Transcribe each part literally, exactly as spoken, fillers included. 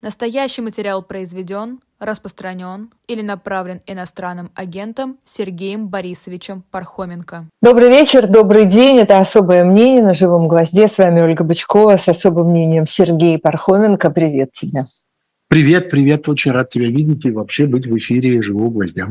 Настоящий материал произведен, распространен или направлен иностранным агентом Сергеем Борисовичем Пархоменко. Добрый вечер, добрый день. Это «Особое мнение» на «Живом гвозде». С вами Ольга Бычкова с особым мнением Сергей Пархоменко. Привет тебе. Привет, привет. Очень рад тебя видеть и вообще быть в эфире «Живого гвоздя».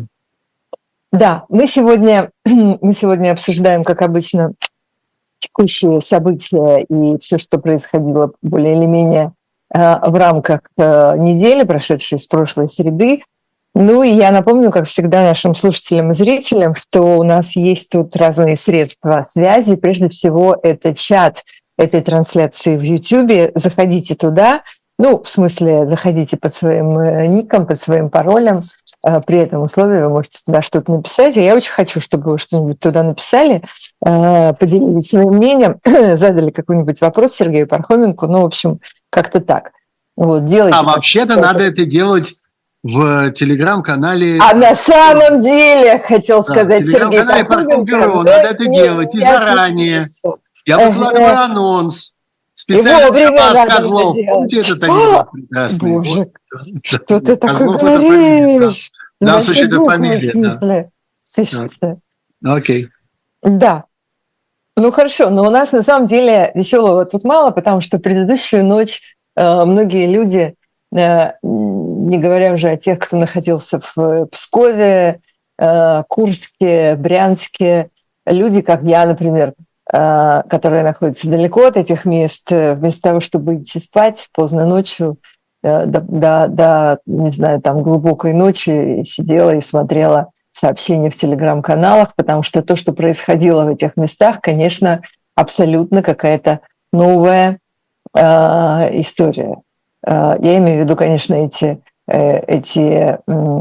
Да, мы сегодня, мы сегодня обсуждаем, как обычно, текущие события и все, что происходило более или менее в рамках недели, прошедшей с прошлой среды. Ну и я напомню, как всегда, нашим слушателям и зрителям, что у нас есть тут разные средства связи. Прежде всего, это чат этой трансляции в YouTube. Заходите туда. Ну, в смысле, заходите под своим ником, под своим паролем. При этом условии вы можете туда что-то написать. И я очень хочу, чтобы вы что-нибудь туда написали, поделились своим мнением, задали какой-нибудь вопрос Сергею Пархоменко. Ну, в общем, как-то так. Вот, делайте. А вообще-то надо это делать в телеграм-канале. А на самом деле, хотел сказать, да, Сергей Пархоменко, надо это делать и заранее. Я выкладываю анонс. Специально для вас, Козлов. Помните этот анекдот прекрасный? Боже, что ты такое говоришь? Да, в случае, это фамилия. Пишется. Окей. Да. Ну хорошо, но у нас на самом деле веселого тут мало, потому что предыдущую ночь э, многие люди, э, не говоря уже о тех, кто находился в Пскове, э, Курске, Брянске, люди, как я, например, э, которые находятся далеко от этих мест, вместо того, чтобы идти спать поздно ночью, э, до, до, до, не знаю, там глубокой ночи сидела и смотрела сообщения в телеграм-каналах, потому что то, что происходило в этих местах, конечно, абсолютно какая-то новая э, история. Э, я имею в виду, конечно, эти, э, эти э,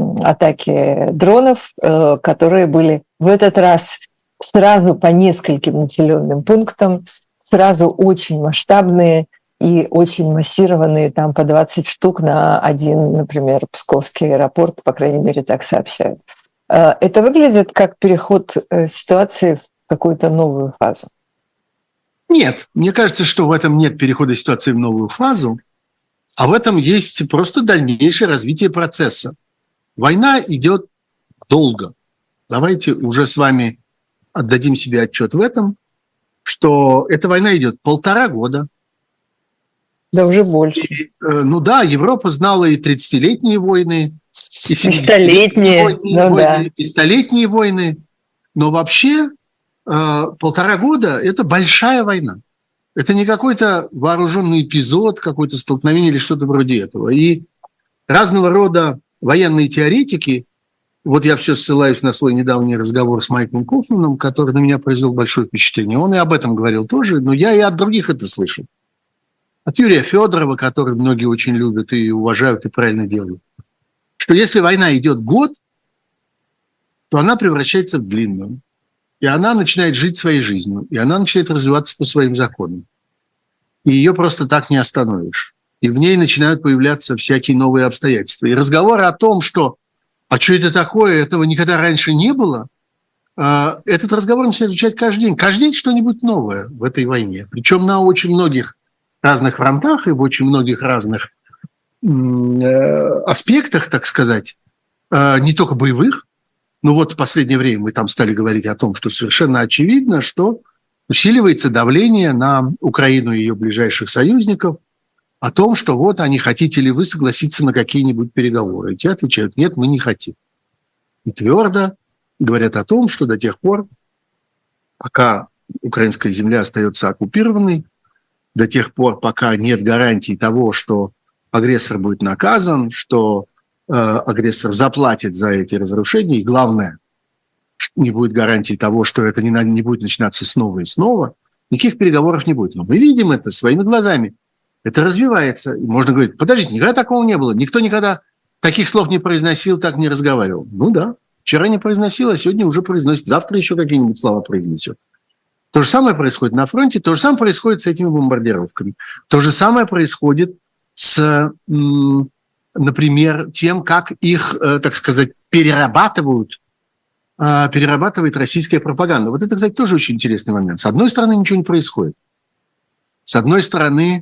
атаки дронов, э, которые были в этот раз сразу по нескольким населенным пунктам, сразу очень масштабные и очень массированные, там по двадцать штук на один, например, Псковский аэропорт, по крайней мере, так сообщают. Это выглядит как переход ситуации в какую-то новую фазу? Нет, мне кажется, что в этом нет перехода ситуации в новую фазу, а в этом есть просто дальнейшее развитие процесса. Война идет долго. Давайте уже с вами отдадим себе отчет в этом, что эта война идет полтора года. Да уже больше. И, ну да, Европа знала и тридцатилетние войны, и семидесятилетние войны, ну, войны, да. и столетние войны. Но вообще э, полтора года – это большая война. Это не какой-то вооруженный эпизод, какое-то столкновение или что-то вроде этого. И разного рода военные теоретики, вот я все ссылаюсь на свой недавний разговор с Майклом Кофманом, который на меня произвел большое впечатление. Он и об этом говорил тоже, но я и от других это слышал. От Юрия Федорова, который многие очень любят и уважают, и правильно делают. Что если война идет год, то она превращается в длинную. И она начинает жить своей жизнью. И она начинает развиваться по своим законам. И ее просто так не остановишь. И в ней начинают появляться всякие новые обстоятельства. И разговоры о том, что «а что это такое? Этого никогда раньше не было», этот разговор начинает звучать каждый день. Каждый день что-нибудь новое в этой войне. Причем на очень многих разных фронтах и в очень многих разных аспектах, так сказать, не только боевых, но вот в последнее время мы там стали говорить о том, что совершенно очевидно, что усиливается давление на Украину и ее ближайших союзников о том, что вот они, хотите ли вы согласиться на какие-нибудь переговоры. И те отвечают: нет, мы не хотим. И твердо говорят о том, что до тех пор, пока украинская земля остается оккупированной, до тех пор, пока нет гарантий того, что агрессор будет наказан, что э, агрессор заплатит за эти разрушения, и главное, не будет гарантии того, что это не, не будет начинаться снова и снова, никаких переговоров не будет. Но мы видим это своими глазами. Это развивается. И можно говорить: подождите, никогда такого не было. Никто никогда таких слов не произносил, так не разговаривал. Ну да, вчера не произносил, а сегодня уже произносит. Завтра еще какие-нибудь слова произнесет. То же самое происходит на фронте, то же самое происходит с этими бомбардировками. То же самое происходит с, например, тем, как их, так сказать, перерабатывают, перерабатывает российская пропаганда. Вот это, кстати, тоже очень интересный момент. С одной стороны, ничего не происходит. С одной стороны,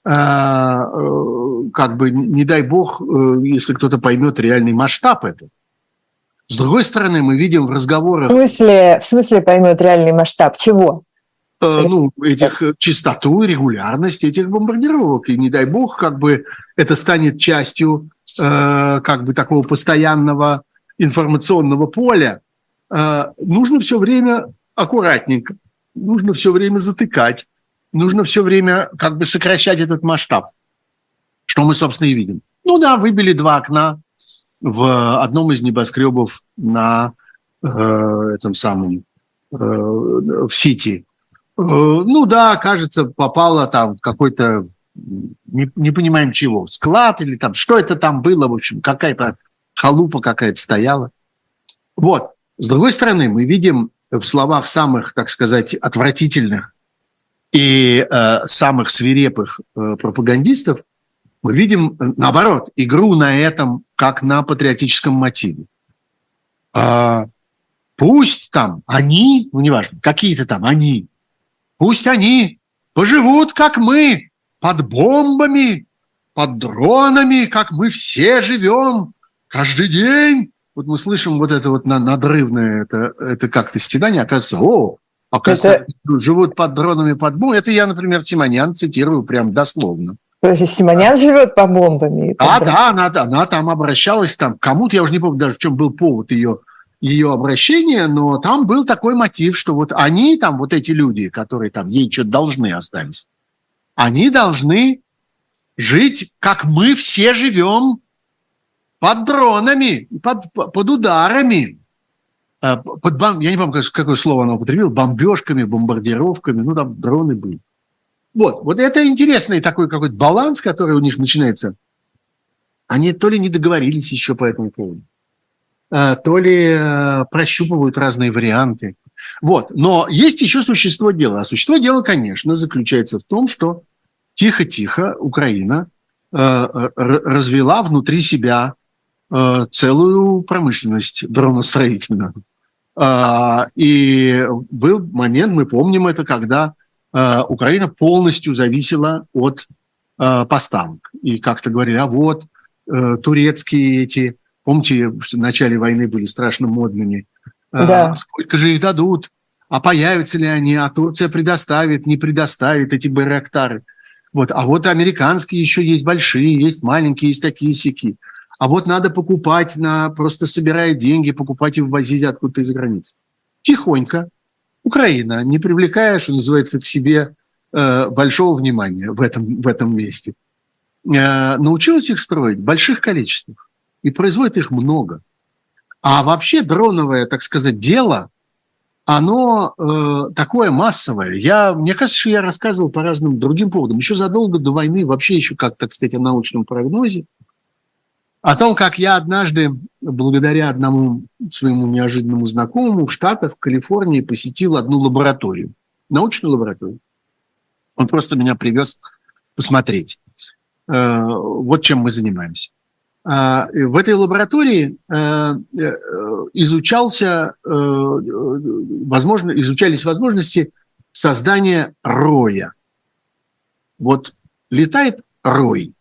как бы, не дай бог, если кто-то поймет реальный масштаб этого. С другой стороны, мы видим в разговорах... В смысле, в смысле поймет реальный масштаб? Чего? Ну, этих частоту и регулярность этих бомбардировок. И не дай бог, как бы это станет частью как бы такого постоянного информационного поля. Нужно все время аккуратненько, нужно все время затыкать, нужно все время как бы сокращать этот масштаб, что мы, собственно, и видим. Ну да, выбили два окна в одном из небоскребов на э, этом самом, э, в Сити. Э, ну да, кажется, попало там в какой-то, не, не понимаем чего, склад или там, что это там было, в общем, какая-то халупа какая-то стояла. Вот. С другой стороны, мы видим в словах самых, так сказать, отвратительных и э, самых свирепых э, пропагандистов, мы видим, наоборот, игру на этом, как на патриотическом мотиве. А, пусть там они, ну неважно, какие-то там они, пусть они поживут, как мы, под бомбами, под дронами, как мы все живем каждый день. Вот мы слышим вот это вот надрывное, это, это как-то стенание, оказывается, о, оказывается, это... живут под дронами, под бомбами. Это я, например, Симонян цитирую прям дословно. То есть Симонян живет под бомбами? А, да, она, она там обращалась там, к кому-то, я уже не помню даже, в чем был повод ее, ее обращения, но там был такой мотив, что вот они там, вот эти люди, которые там ей что-то должны остались, они должны жить, как мы все живем, под дронами, под, под ударами, под бом... я не помню, какое слово она употребила, бомбежками, бомбардировками, ну там дроны были. Вот, вот это интересный такой какой-то баланс, который у них начинается. Они то ли не договорились еще по этому поводу, то ли прощупывают разные варианты. Вот, но есть еще существо дела. А существо дела, конечно, заключается в том, что тихо-тихо Украина развела внутри себя целую промышленность дроностроительную. И был момент, мы помним это, когда Украина полностью зависела от э, поставок. И как-то говорили, а вот э, турецкие эти, помните, в начале войны были страшно модными. Э, да. Сколько же их дадут? А появятся ли они? А Турция предоставит, не предоставит эти байрактары. Вот. А вот американские еще есть большие, есть маленькие, есть такие-сяки. А вот надо покупать, на, просто собирая деньги, покупать и ввозить откуда-то из границы. Тихонько Украина, не привлекая, что называется, к себе э, большого внимания в этом, в этом месте, э, научилась их строить в больших количествах и производит их много. А вообще дроновое, так сказать, дело, оно э, такое массовое. Я, мне кажется, что я рассказывал по разным другим поводам. Еще задолго до войны, вообще еще как, так сказать, о научном прогнозе, о том, как я однажды, благодаря одному своему неожиданному знакомому в Штатах, в Калифорнии, посетил одну лабораторию, научную лабораторию. Он просто меня привез посмотреть. Вот чем мы занимаемся. В этой лаборатории изучался, возможно, изучались возможности создания роя. Вот летает рой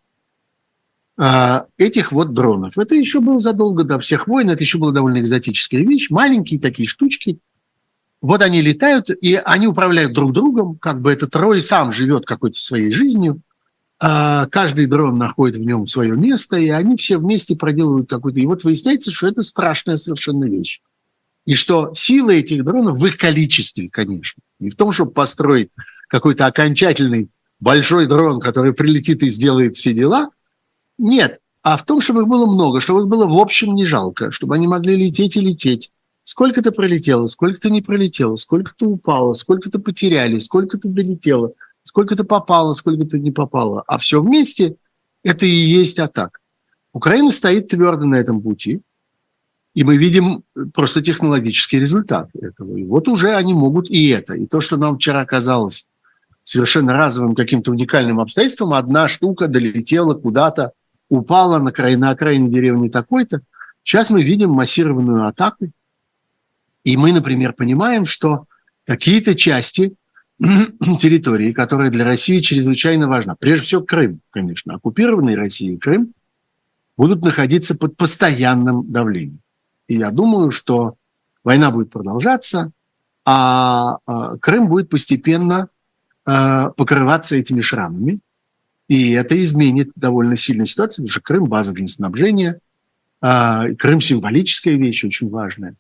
этих вот дронов. Это еще было задолго до всех войн, это еще была довольно экзотическая вещь. Маленькие такие штучки. Вот они летают, и они управляют друг другом, как бы этот рой сам живет какой-то своей жизнью. Каждый дрон находит в нем свое место, и они все вместе проделывают какую-то... И вот выясняется, что это страшная совершенно вещь. И что сила этих дронов в их количестве, конечно. Не в том, чтобы построить какой-то окончательный большой дрон, который прилетит и сделает все дела. Нет, а в том, чтобы их было много, чтобы их было в общем не жалко, чтобы они могли лететь и лететь. Сколько-то пролетело, сколько-то не пролетело, сколько-то упало, сколько-то потеряли, сколько-то долетело, сколько-то попало, сколько-то не попало. А все вместе это и есть атака. Украина стоит твердо на этом пути, и мы видим просто технологический результат этого. И вот уже они могут и это. И то, что нам вчера казалось совершенно разовым каким-то уникальным обстоятельством, одна штука долетела куда-то, упала на, край, на окраине деревни такой-то. Сейчас мы видим массированную атаку. И мы, например, понимаем, что какие-то части территории, которая для России чрезвычайно важна. Прежде всего Крым, конечно. Оккупированный Россией Крым будут находиться под постоянным давлением. И я думаю, что война будет продолжаться, а Крым будет постепенно покрываться этими шрамами. И это изменит довольно сильную ситуацию, потому что Крым – база для снабжения, Крым – символическая вещь, очень важная.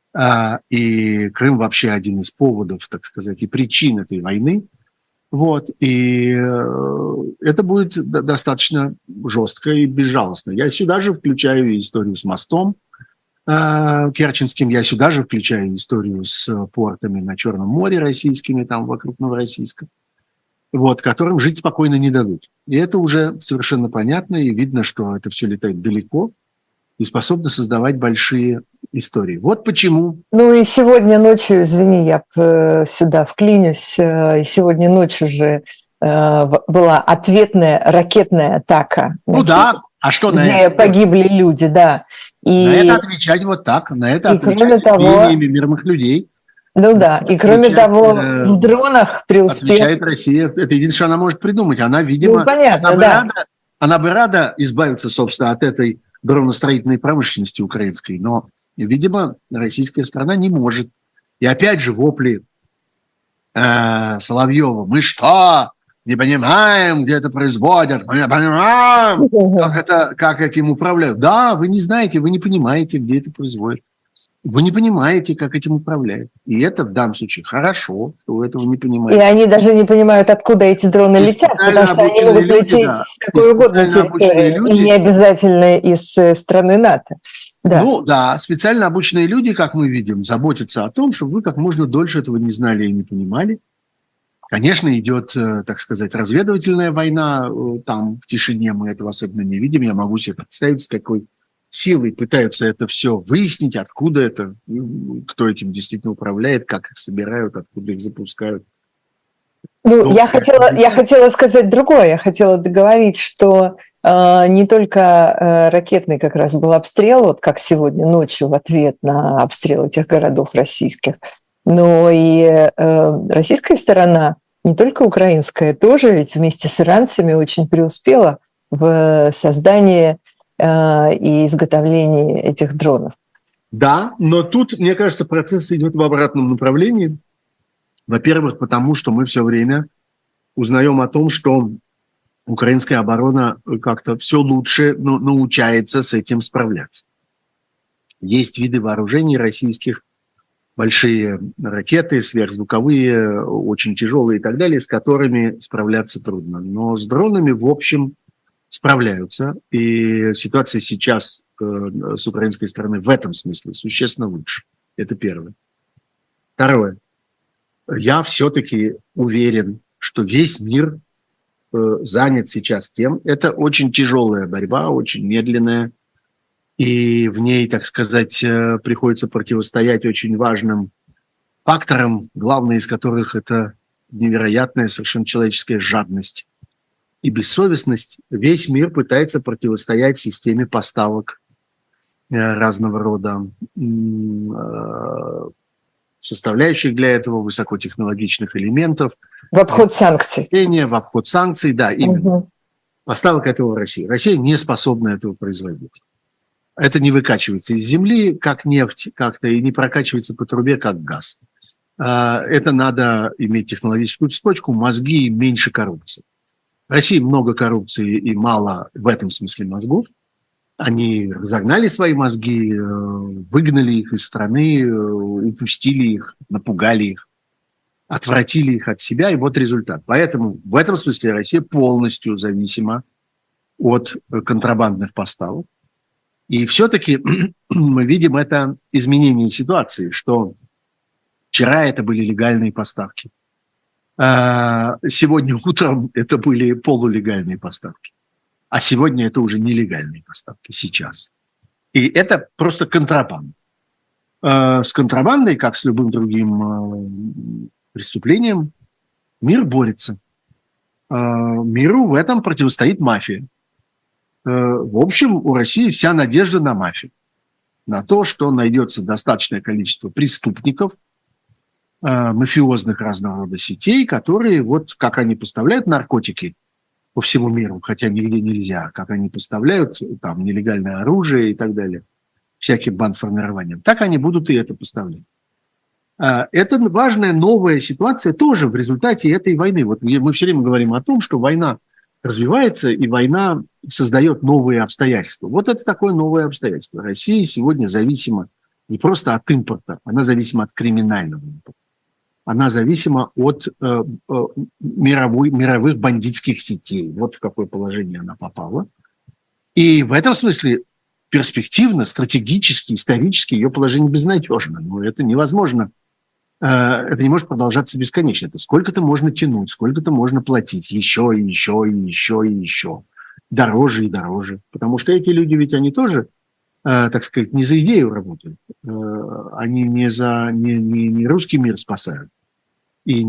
И Крым вообще один из поводов, так сказать, и причин этой войны. Вот. И это будет достаточно жестко и безжалостно. Я сюда же включаю историю с мостом керченским, я сюда же включаю историю с портами на Черном море российскими, там вокруг Новороссийска, вот, которым жить спокойно не дадут. И это уже совершенно понятно, и видно, что это все летает далеко и способно создавать большие истории. Вот почему. Ну и сегодня ночью, извини, я сюда вклинюсь, и сегодня ночью же была ответная ракетная атака. Ну да, а что на где это? Погибли люди, да. И, на это отвечать вот так, на это и отвечать избиениями мирных людей. Ну да, и кроме отвечает, того, э, в дронах преуспел... Отвечает Россия. Это единственное, что она может придумать. Она, видимо, ну, понятно, она, бы да. рада, она бы рада избавиться, собственно, от этой дроностроительной промышленности украинской, но, видимо, российская страна не может. И опять же вопли э, Соловьева. Мы что, не понимаем, где это производят? Мы не понимаем, как, это, как этим управляют. Да, вы не знаете, вы не понимаете, где это производят. Вы не понимаете, как этим управляют. И это в данном случае хорошо, что вы этого не понимаете. И они даже не понимают, откуда эти дроны и летят, потому что они могут люди, лететь да. с какой угодно территории, люди, и не обязательно из страны НАТО. Да. Ну да, специально обученные люди, как мы видим, заботятся о том, чтобы вы как можно дольше этого не знали и не понимали. Конечно, идет, так сказать, разведывательная война там в тишине, мы этого особенно не видим. Я могу себе представить, с какой силой пытаются это все выяснить, откуда это, кто этим действительно управляет, как их собирают, откуда их запускают. Ну, ну я, хотела, я хотела сказать другое. Я хотела договорить, что э, не только э, ракетный как раз был обстрел, вот как сегодня ночью в ответ на обстрел этих городов российских, но и э, российская сторона, не только украинская, тоже ведь вместе с иранцами очень преуспела в создании и изготовлении этих дронов. Да, но тут, мне кажется, процесс идет в обратном направлении. Во-первых, потому что мы все время узнаем о том, что украинская оборона как-то все лучше ну, научается с этим справляться. Есть виды вооружений российских, большие ракеты, сверхзвуковые, очень тяжелые и так далее, с которыми справляться трудно. Но с дронами, в общем, справляются, и ситуация сейчас э, с украинской стороны в этом смысле существенно лучше. Это первое. Второе. Я все-таки уверен, что весь мир э, занят сейчас тем, это очень тяжелая борьба, очень медленная, и в ней, так сказать, э, приходится противостоять очень важным факторам, главный из которых это невероятная совершенно человеческая жадность и бессовестность. Весь мир пытается противостоять системе поставок разного рода составляющих для этого, высокотехнологичных элементов. В обход санкций. В обход санкций, да, именно. Угу. Поставок этого в России. Россия не способна этого производить. Это не выкачивается из земли, как нефть, как-то, и не прокачивается по трубе, как газ. Это надо иметь технологическую цепочку, мозги и меньше коррупции. В России много коррупции и мало в этом смысле мозгов. Они разогнали свои мозги, выгнали их из страны, упустили их, напугали их, отвратили их от себя, и вот результат. Поэтому в этом смысле Россия полностью зависима от контрабандных поставок. И все-таки мы видим это изменение ситуации, что вчера это были легальные поставки. Сегодня утром это были полулегальные поставки, а сегодня это уже нелегальные поставки сейчас. И это просто контрабанда. С контрабандой, как с любым другим преступлением, мир борется. Миру в этом противостоит мафия. В общем, у России вся надежда на мафию, на то, что найдется достаточное количество преступников, э, мафиозных разного рода сетей, которые, вот как они поставляют наркотики по всему миру, хотя нигде нельзя, как они поставляют там нелегальное оружие и так далее, всяким бандформированием, так они будут и это поставлять. Это важная новая ситуация тоже в результате этой войны. Вот мы все время говорим о том, что война развивается, и война создает новые обстоятельства. Вот это такое новое обстоятельство. Россия сегодня зависима не просто от импорта, она зависима от криминального импорта. Она зависима от э, э, мировой, мировых бандитских сетей. Вот в какое положение она попала. И в этом смысле перспективно, стратегически, исторически ее положение безнадежно. Но это невозможно. Это не может продолжаться бесконечно. Это сколько-то можно тянуть, сколько-то можно платить еще и еще и еще и еще. Дороже и дороже. Потому что эти люди ведь они тоже, так сказать, не за идею работают. Они не за не, не, не русский мир спасают и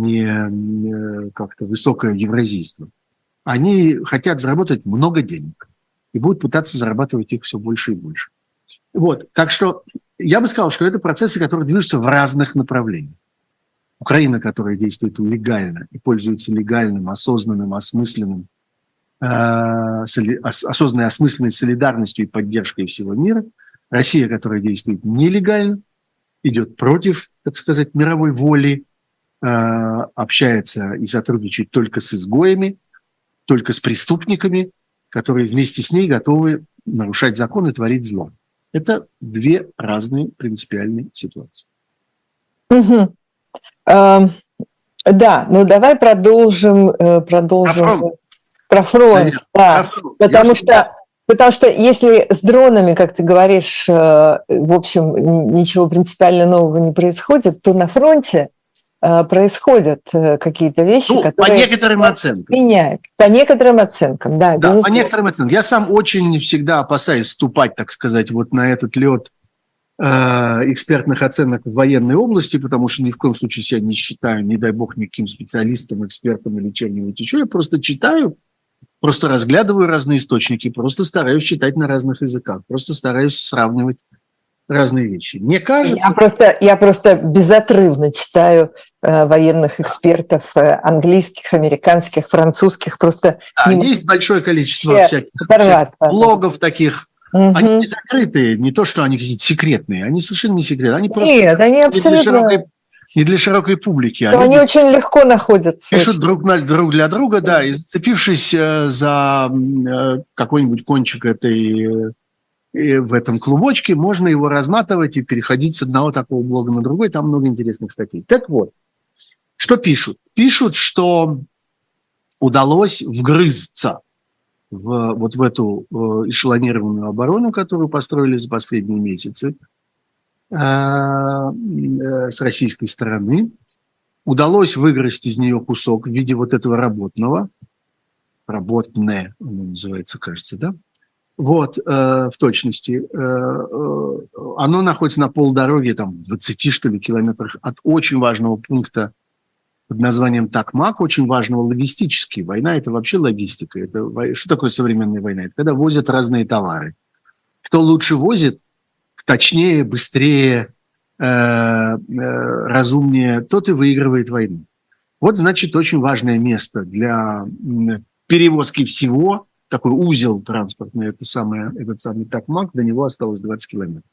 не как-то высокое евразийство. Они хотят заработать много денег и будут пытаться зарабатывать их все больше и больше. Вот. Так что я бы сказал, что это процессы, которые движутся в разных направлениях. Украина, которая действует легально и пользуется легальным, осознанным, осмысленным, э, соли, ос, осознанной, осмысленной солидарностью и поддержкой всего мира. Россия, которая действует нелегально, идет против, так сказать, мировой воли, э, общается и сотрудничает только с изгоями, только с преступниками, которые вместе с ней готовы нарушать закон и творить зло. Это две разные принципиальные ситуации. Угу. А, да, ну давай продолжим, продолжим про фронт. Про фронт, да, про фронт. Потому Я что всегда... потому что если с дронами, как ты говоришь, в общем, ничего принципиально нового не происходит, то на фронте происходят какие-то вещи, ну, которые... По некоторым оценкам. Меняют. По некоторым оценкам, да. Да, по некоторым оценкам. Я сам очень всегда опасаюсь ступать, так сказать, вот на этот лед э, экспертных оценок в военной области, потому что ни в коем случае себя не считаю, не дай бог, никаким специалистом, экспертом или чем-нибудь еще. Я просто читаю, просто разглядываю разные источники, просто стараюсь читать на разных языках, просто стараюсь сравнивать разные вещи. Мне кажется... Я просто, я просто безотрывно читаю э, военных экспертов, э, английских, американских, французских, просто... Да, есть большое количество всяких, всяких блогов таких. Угу. Они не закрытые, не то, что они какие-то секретные, они совершенно не секретные. Они просто Нет, они абсолютно... не для широкой, не для широкой публики. Они, они очень легко находятся. Пишут друг, на, друг для друга, да, и зацепившись э, за э, какой-нибудь кончик этой... И в этом клубочке можно его разматывать и переходить с одного такого блога на другой. Там много интересных статей. Так вот, что пишут? Пишут, что удалось вгрызться в, вот в эту эшелонированную оборону, которую построили за последние месяцы э, э, с российской стороны. Удалось выгрызть из нее кусок в виде вот этого работного. Работное, оно называется, кажется, да? Вот, э, в точности. Э, э, оно находится на полдороги, там, в двадцати, что ли, километрах от очень важного пункта под названием Такмак, очень важного логистически. Война – это вообще логистика. Это, что такое современная война? Это когда возят разные товары. Кто лучше возит, точнее, быстрее, э, э, разумнее, тот и выигрывает войну. Вот, значит, очень важное место для перевозки всего. Такой узел транспортный, это самое, этот самый Такмак, до него осталось двадцать километров.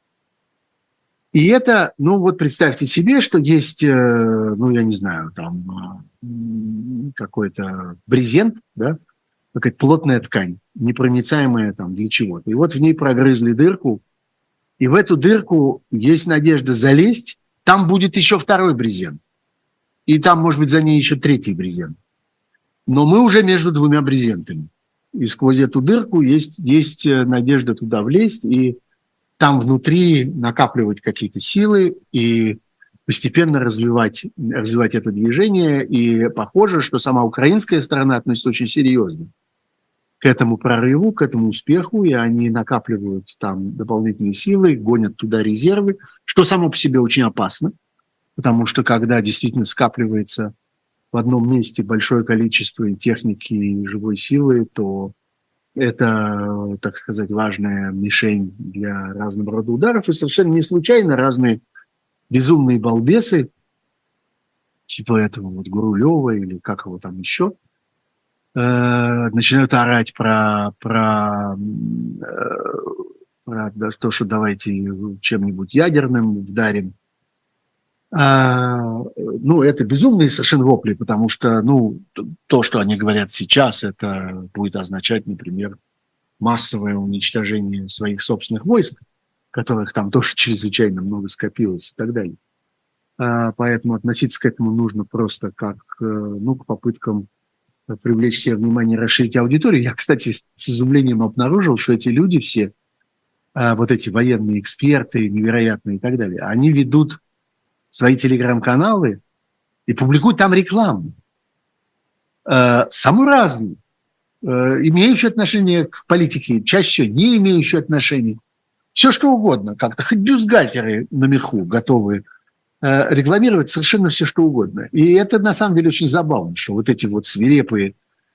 И это, ну вот представьте себе, что есть, ну я не знаю, там какой-то брезент, да, какая-то плотная ткань, непроницаемая там для чего-то. И вот в ней прогрызли дырку, и в эту дырку есть надежда залезть, там будет еще второй брезент. И там, может быть, за ней еще третий брезент. Но мы уже между двумя брезентами. И сквозь эту дырку есть, есть надежда туда влезть и там внутри накапливать какие-то силы и постепенно развивать, развивать это движение. И похоже, что сама украинская сторона относится очень серьезно к этому прорыву, к этому успеху, и они накапливают там дополнительные силы, гонят туда резервы, что само по себе очень опасно, потому что когда действительно скапливается в одном месте большое количество и техники, и живой силы, то это, так сказать, важная мишень для разного рода ударов. И совершенно не случайно разные безумные балбесы типа этого вот Гурулева или как его там еще, начинают орать про, про, про то, что давайте чем-нибудь ядерным вдарим. А, ну, это безумные совершенно вопли, потому что, ну, то, что они говорят сейчас, это будет означать, например, массовое уничтожение своих собственных войск, которых там тоже чрезвычайно много скопилось и так далее. А, поэтому относиться к этому нужно просто как, ну, к попыткам привлечь себе внимание, расширить аудиторию. Я, кстати, с изумлением обнаружил, что эти люди все, вот эти военные эксперты, невероятные и так далее, они ведут свои телеграм-каналы и публикуют там рекламу. Самую разную, имеющую отношение к политике, чаще всего не имеющую отношения. Все что угодно, как-то хоть бюстгальтеры на меху готовы рекламировать совершенно все, что угодно. И это, на самом деле, очень забавно, что вот эти вот свирепые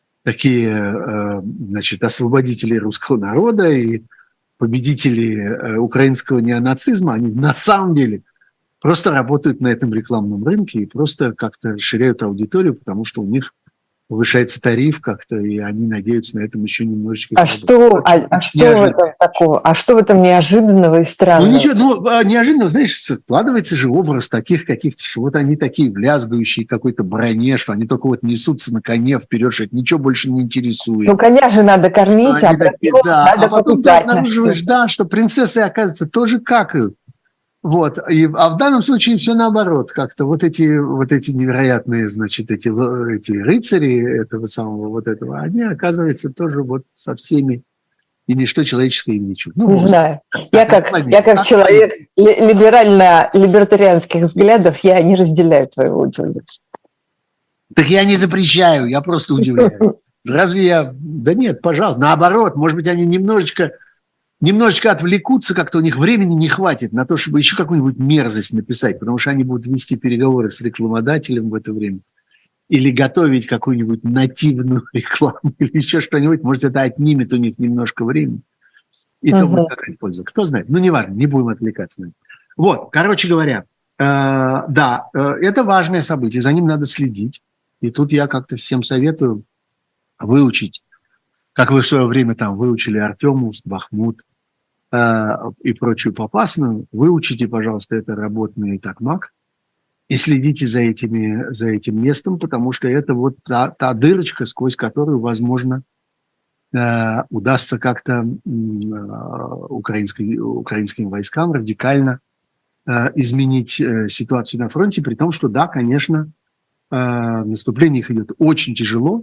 такие, значит, освободители русского народа и победители украинского неонацизма, они на самом деле просто работают на этом рекламном рынке и просто как-то расширяют аудиторию, потому что у них повышается тариф как-то, и они надеются на этом еще немножечко. А что, а, а что в этом такого? А что в этом неожиданного и странного? Ну, ничего, ну, неожиданно, знаешь, складывается же образ таких каких-то, что вот они такие влязгающие, какой-то броне, что они только вот несутся на коне вперед, что это ничего больше не интересует. Ну, коня же надо кормить, а, а такие, да. надо а потом ты обнаруживаешь, да, что принцессы, оказывается, тоже какают. Вот. И, а в данном случае все наоборот. Как-то вот эти, вот эти невероятные, значит, эти, эти рыцари этого самого вот этого, они, оказывается, тоже вот со всеми и ничто человеческое им не чуть. Ну, не вот. знаю. Я как, я как человек либерально-либертарианских взглядов, я не разделяю твоего удивления. Так я не запрещаю, я просто удивляю. Разве я... Да нет, пожалуйста. Наоборот, может быть, они немножечко... немножечко отвлекутся, как-то у них времени не хватит на то, чтобы еще какую-нибудь мерзость написать, потому что они будут вести переговоры с рекламодателем в это время или готовить какую-нибудь нативную рекламу или еще что-нибудь. Может, это отнимет у них немножко времени. И то будет какая-то польза. Кто знает. Ну, неважно, не будем отвлекаться на это. Вот, короче говоря, э, да, э, это важное событие, за ним надо следить. И тут я как-то всем советую выучить, как вы в свое время там выучили Артемовск, Бахмут э, и прочую Попасную, выучите, пожалуйста, это работный Токмак и следите за, этими, за этим местом, потому что это вот та, та дырочка, сквозь которую, возможно, э, удастся как-то э, украинской, украинским войскам радикально э, изменить э, ситуацию на фронте, при том, что, да, конечно, э, наступление их идет очень тяжело,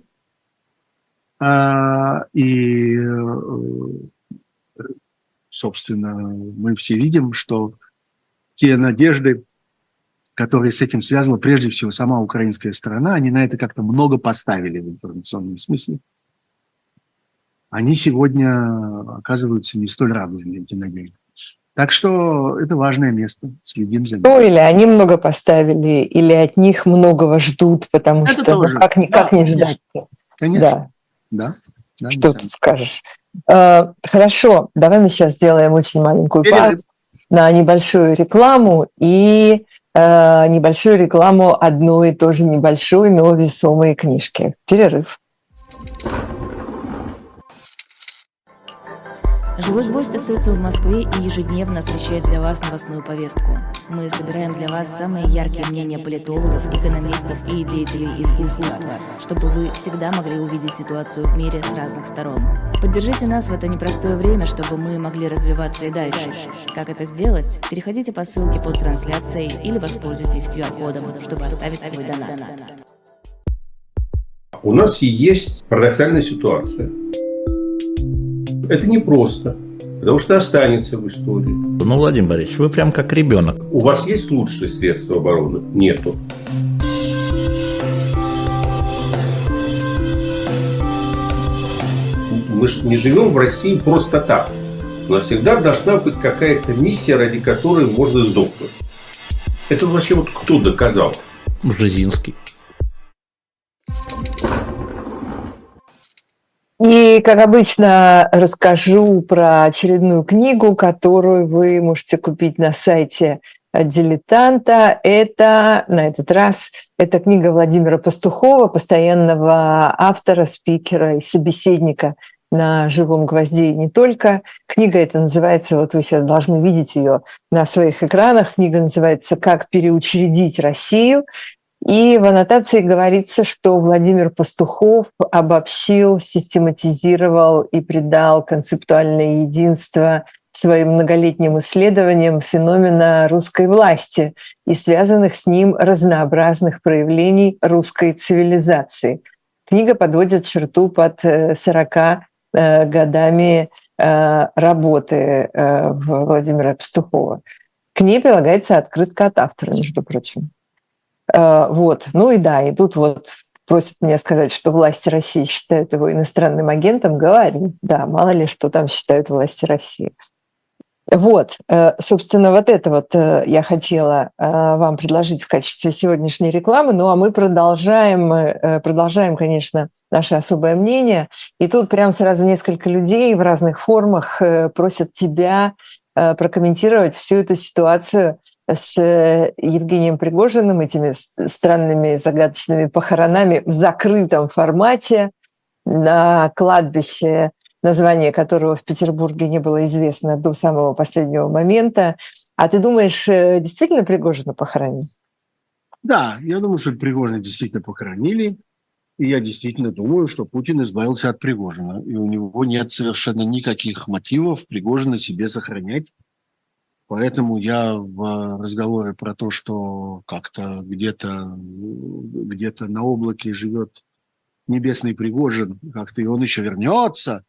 и, собственно, мы все видим, что те надежды, которые с этим связаны, прежде всего сама украинская сторона, они на это как-то много поставили в информационном смысле. Они сегодня оказываются не столь радужными, эти надежды. Так что это важное место, следим за ним. Ну, или они много поставили, или от них многого ждут, потому это что ну, как, да, как не ждать? Конечно. Да. Да, да, что тут скажешь? Э, хорошо, давай мы сейчас сделаем очень маленькую паузу на небольшую рекламу и э, небольшую рекламу одной тоже небольшой, но весомой книжки. Перерыв. «Живой гвоздь» остается в Москве и ежедневно освещает для вас новостную повестку. Мы собираем для вас самые яркие мнения политологов, экономистов и деятелей искусства, чтобы вы всегда могли увидеть ситуацию в мире с разных сторон. Поддержите нас в это непростое время, чтобы мы могли развиваться и дальше. Как это сделать? Переходите по ссылке под трансляцией или воспользуйтесь ку ар-кодом, чтобы оставить свой донат. У нас есть парадоксальная ситуация. Это непросто, потому что останется в истории. Ну, Владимир Борисович, вы прям как ребенок. У вас есть лучшие средства обороны? Нету. Мы же не живем в России просто так. У нас всегда должна быть какая-то миссия, ради которой можно сдохнуть. Это вообще вот кто доказал? Бжезинский. И, как обычно, расскажу про очередную книгу, которую вы можете купить на сайте дилетанта. Это, на этот раз, это книга Владимира Пастухова, постоянного автора, спикера и собеседника на «Живом гвозде» и не только. Книга эта называется, вот вы сейчас должны видеть ее на своих экранах, книга называется «Как переучредить Россию». И в аннотации говорится, что Владимир Пастухов обобщил, систематизировал и придал концептуальное единство своим многолетним исследованиям феномена русской власти и связанных с ним разнообразных проявлений русской цивилизации. Книга подводит черту под сорока годами работы Владимира Пастухова. К ней прилагается открытка от автора, между прочим. Вот. Ну и да, и тут вот просят меня сказать, что власти России считают его иностранным агентом. Говорю, да, мало ли, что там считают власти России. Вот, собственно, вот это вот я хотела вам предложить в качестве сегодняшней рекламы. Ну а мы продолжаем, продолжаем, конечно, наше особое мнение. И тут прям сразу несколько людей в разных формах просят тебя прокомментировать всю эту ситуацию с Евгением Пригожиным, этими странными загадочными похоронами в закрытом формате на кладбище, название которого в Петербурге не было известно до самого последнего момента. А ты думаешь, действительно Пригожина похоронили? Да, я думаю, что Пригожина действительно похоронили. И я действительно думаю, что Путин избавился от Пригожина. И у него нет совершенно никаких мотивов Пригожина себе сохранять. Поэтому я в разговоре про то, что как-то где-то, где-то на облаке живет небесный Пригожин, как-то и он еще вернется.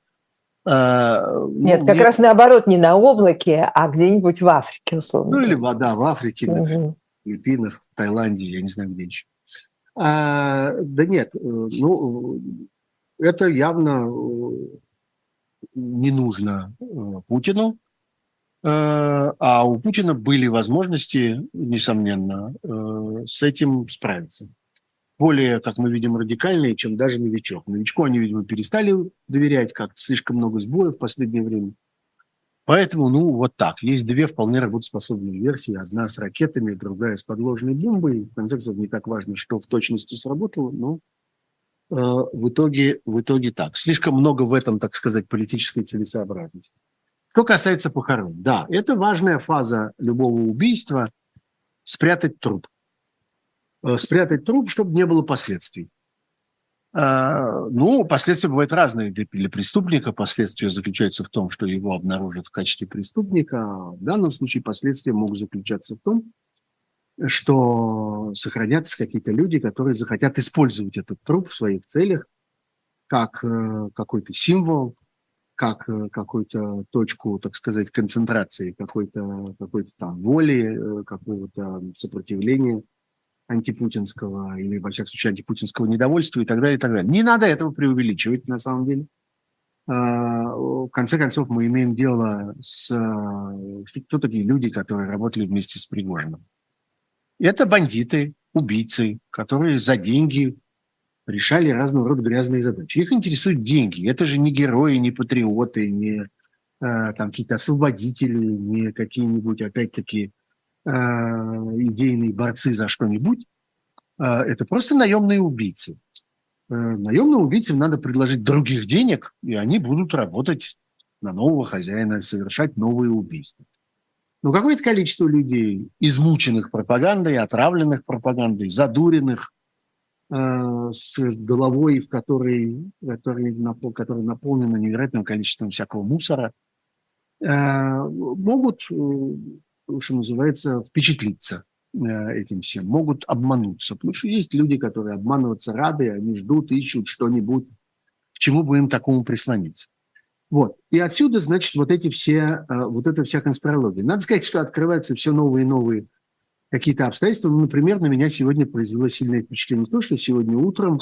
Э, Нет, ну, как мне... раз наоборот, не на облаке, а где-нибудь в Африке, условно. Ну, или вода в Африке, угу. в Филиппинах, в Таиланде, я не знаю, где еще. А, да нет, ну, это явно не нужно Путину. А у Путина были возможности, несомненно, с этим справиться. Более, как мы видим, радикальные, чем даже новичок. Новичку они, видимо, перестали доверять, как-то слишком много сбоев в последнее время. Поэтому, ну, вот так. Есть две вполне работоспособные версии. Одна с ракетами, другая с подложной бомбой. В конце концов, не так важно, что в точности сработало, но э, в, итоге, в итоге так. Слишком много в этом, так сказать, политической целесообразности. Что касается похорон, да, это важная фаза любого убийства – спрятать труп. Спрятать труп, чтобы не было последствий. Ну, последствия бывают разные для преступника. Последствия заключаются в том, что его обнаружат в качестве преступника. В данном случае последствия могут заключаться в том, что сохранятся какие-то люди, которые захотят использовать этот труп в своих целях как какой-то символ, как какую-то точку, так сказать, концентрации какой-то, какой-то там воли, какого-то сопротивления антипутинского или, во всяком случае, антипутинского недовольства и так далее, и так далее. Не надо этого преувеличивать, на самом деле. В конце концов, мы имеем дело с... Кто такие люди, которые работали вместе с Пригожиным? Это бандиты, убийцы, которые за деньги решали разного рода грязные задачи. Их интересуют деньги. Это же не герои, не патриоты, не там, какие-то освободители, не какие-нибудь, опять-таки, идейные борцы за что-нибудь. Это просто наемные убийцы. Наемным убийцам надо предложить других денег, и они будут работать на нового хозяина, совершать новые убийства. Но какое-то количество людей, измученных пропагандой, отравленных пропагандой, задуренных, э, с головой, в которой, которой, которая наполнена невероятным количеством всякого мусора, э, могут, что называется, впечатлиться этим всем, могут обмануться. Потому что есть люди, которые обманываться рады, они ждут, ищут что-нибудь, к чему бы им такому прислониться. Вот. И отсюда, значит, вот эти все, вот эта вся конспирология. Надо сказать, что открываются все новые и новые какие-то обстоятельства. Ну, например, на меня сегодня произвело сильное впечатление то, что сегодня утром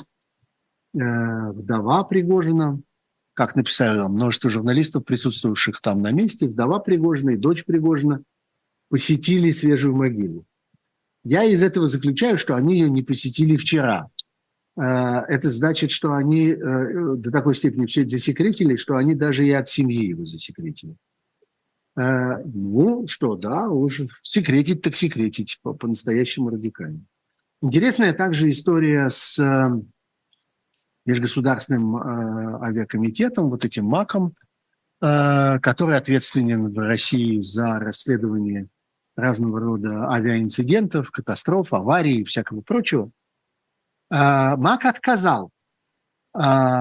э, вдова Пригожина, как написали множество журналистов, присутствовавших там на месте, вдова Пригожина и дочь Пригожина посетили свежую могилу. Я из этого заключаю, что они ее не посетили вчера. Это значит, что они до такой степени все это засекретили, что они даже и от семьи его засекретили. Э, ну, что, да, уже секретить так секретить, по- по-настоящему радикально. Интересная также история с э, Межгосударственным э, авиакомитетом, вот этим МАКом, э, который ответственен в России за расследование разного рода авиаинцидентов, катастроф, аварий и всякого прочего. Э, МАК отказал э,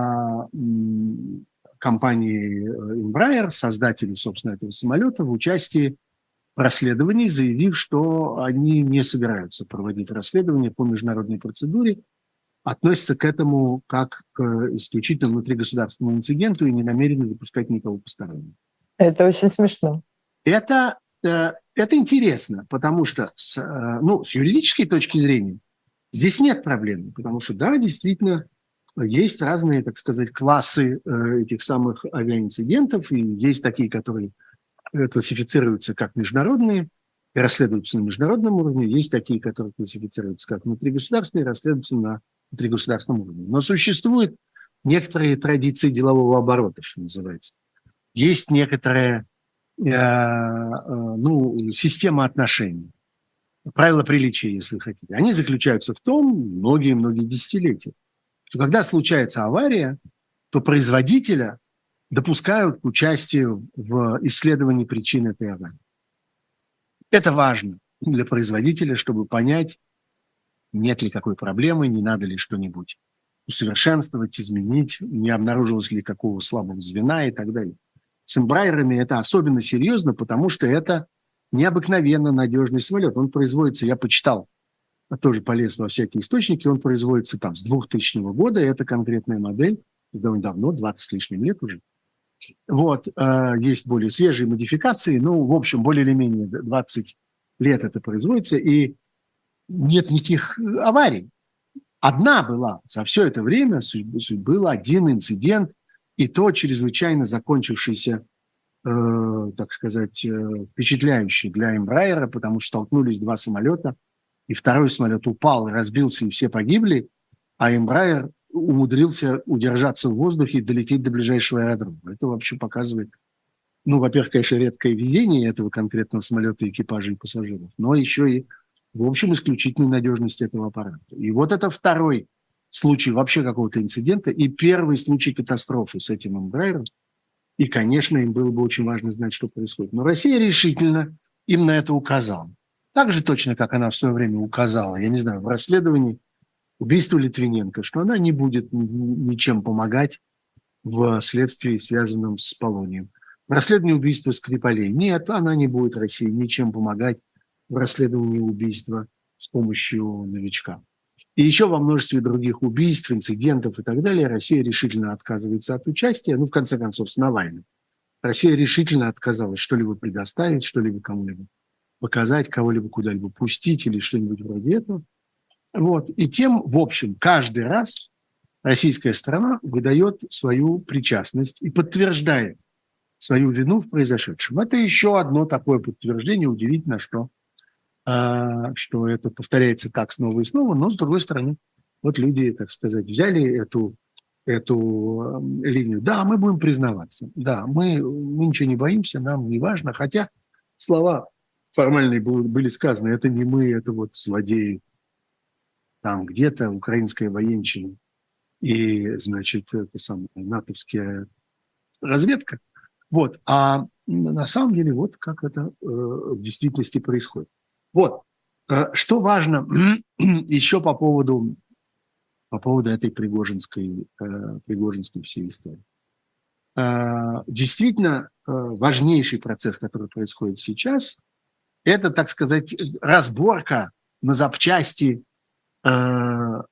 м, компании Embraer, создателю, собственно, этого самолета, в участии в расследовании, заявив, что они не собираются проводить расследование по международной процедуре, относятся к этому как к исключительно внутригосударственному инциденту и не намерены выпускать никого постороннего. Это очень смешно. Это, э, это интересно, потому что с, э, ну, с юридической точки зрения здесь нет проблемы, потому что, да, действительно, есть разные, так сказать, классы э, этих самых авиаинцидентов, и есть такие, которые классифицируются как международные и расследуются на международном уровне, есть такие, которые классифицируются как внутригосударственные и расследуются на внутригосударственном уровне. Но существуют некоторые традиции делового оборота, что называется. Есть некоторая э, э, ну, система отношений, правила приличия, если вы хотите. Они заключаются в том, многие-многие десятилетия, что когда случается авария, то производителя допускают к участию в исследовании причин этой аварии. Это важно для производителя, чтобы понять, нет ли какой проблемы, не надо ли что-нибудь усовершенствовать, изменить, не обнаружилось ли какого слабого звена и так далее. С эмбрайерами это особенно серьезно, потому что это необыкновенно надежный самолет. Он производится, я почитал, тоже полез во всякие источники, он производится там с двухтысячного года, это конкретная модель, довольно давно, двадцать с лишним лет уже. Вот, э, есть более свежие модификации, ну, в общем, более или менее двадцать лет это производится, и нет никаких аварий. Одна была за все это время, был один инцидент, и то чрезвычайно закончившийся, э, так сказать, э, впечатляющий для Embraer, потому что столкнулись два самолета, и второй самолет упал, разбился, и все погибли, а Embraer умудрился удержаться в воздухе и долететь до ближайшего аэродрома. Это вообще показывает, ну, во-первых, конечно, редкое везение этого конкретного самолета, экипажа и пассажиров, но еще и, в общем, исключительную надежность этого аппарата. И вот это второй случай вообще какого-то инцидента и первый случай катастрофы с этим Embraer. И, конечно, им было бы очень важно знать, что происходит. Но Россия решительно им на это указала. Так же точно, как она в свое время указала, я не знаю, в расследовании убийства Литвиненко, что она не будет ничем помогать в следствии, связанном с Полонием. В расследовании убийства Скрипалей. Нет, она не будет России ничем помогать в расследовании убийства с помощью новичка. И еще во множестве других убийств, инцидентов и так далее Россия решительно отказывается от участия, ну, в конце концов, с Навальным. Россия решительно отказалась что-либо предоставить, что-либо кому-либо показать, кого-либо куда-либо пустить или что-нибудь вроде этого. Вот. И тем, в общем, каждый раз российская сторона выдает свою причастность и подтверждает свою вину в произошедшем. Это еще одно такое подтверждение. Удивительно, что, э, что это повторяется так снова и снова, но, с другой стороны, вот люди, так сказать, взяли эту, эту э, линию. Да, мы будем признаваться. Да, мы, мы ничего не боимся, нам не важно. Хотя слова формальные были сказаны, это не мы, это вот злодеи. Там где-то украинская военщина и, значит, это самая натовская разведка. Вот. А на самом деле вот как это э, в действительности происходит. Вот. Э, что важно еще по поводу, по поводу этой пригожинской, э, пригожинской всей истории. Э, действительно, э, важнейший процесс, который происходит сейчас, это, так сказать, разборка на запчасти Вагнера.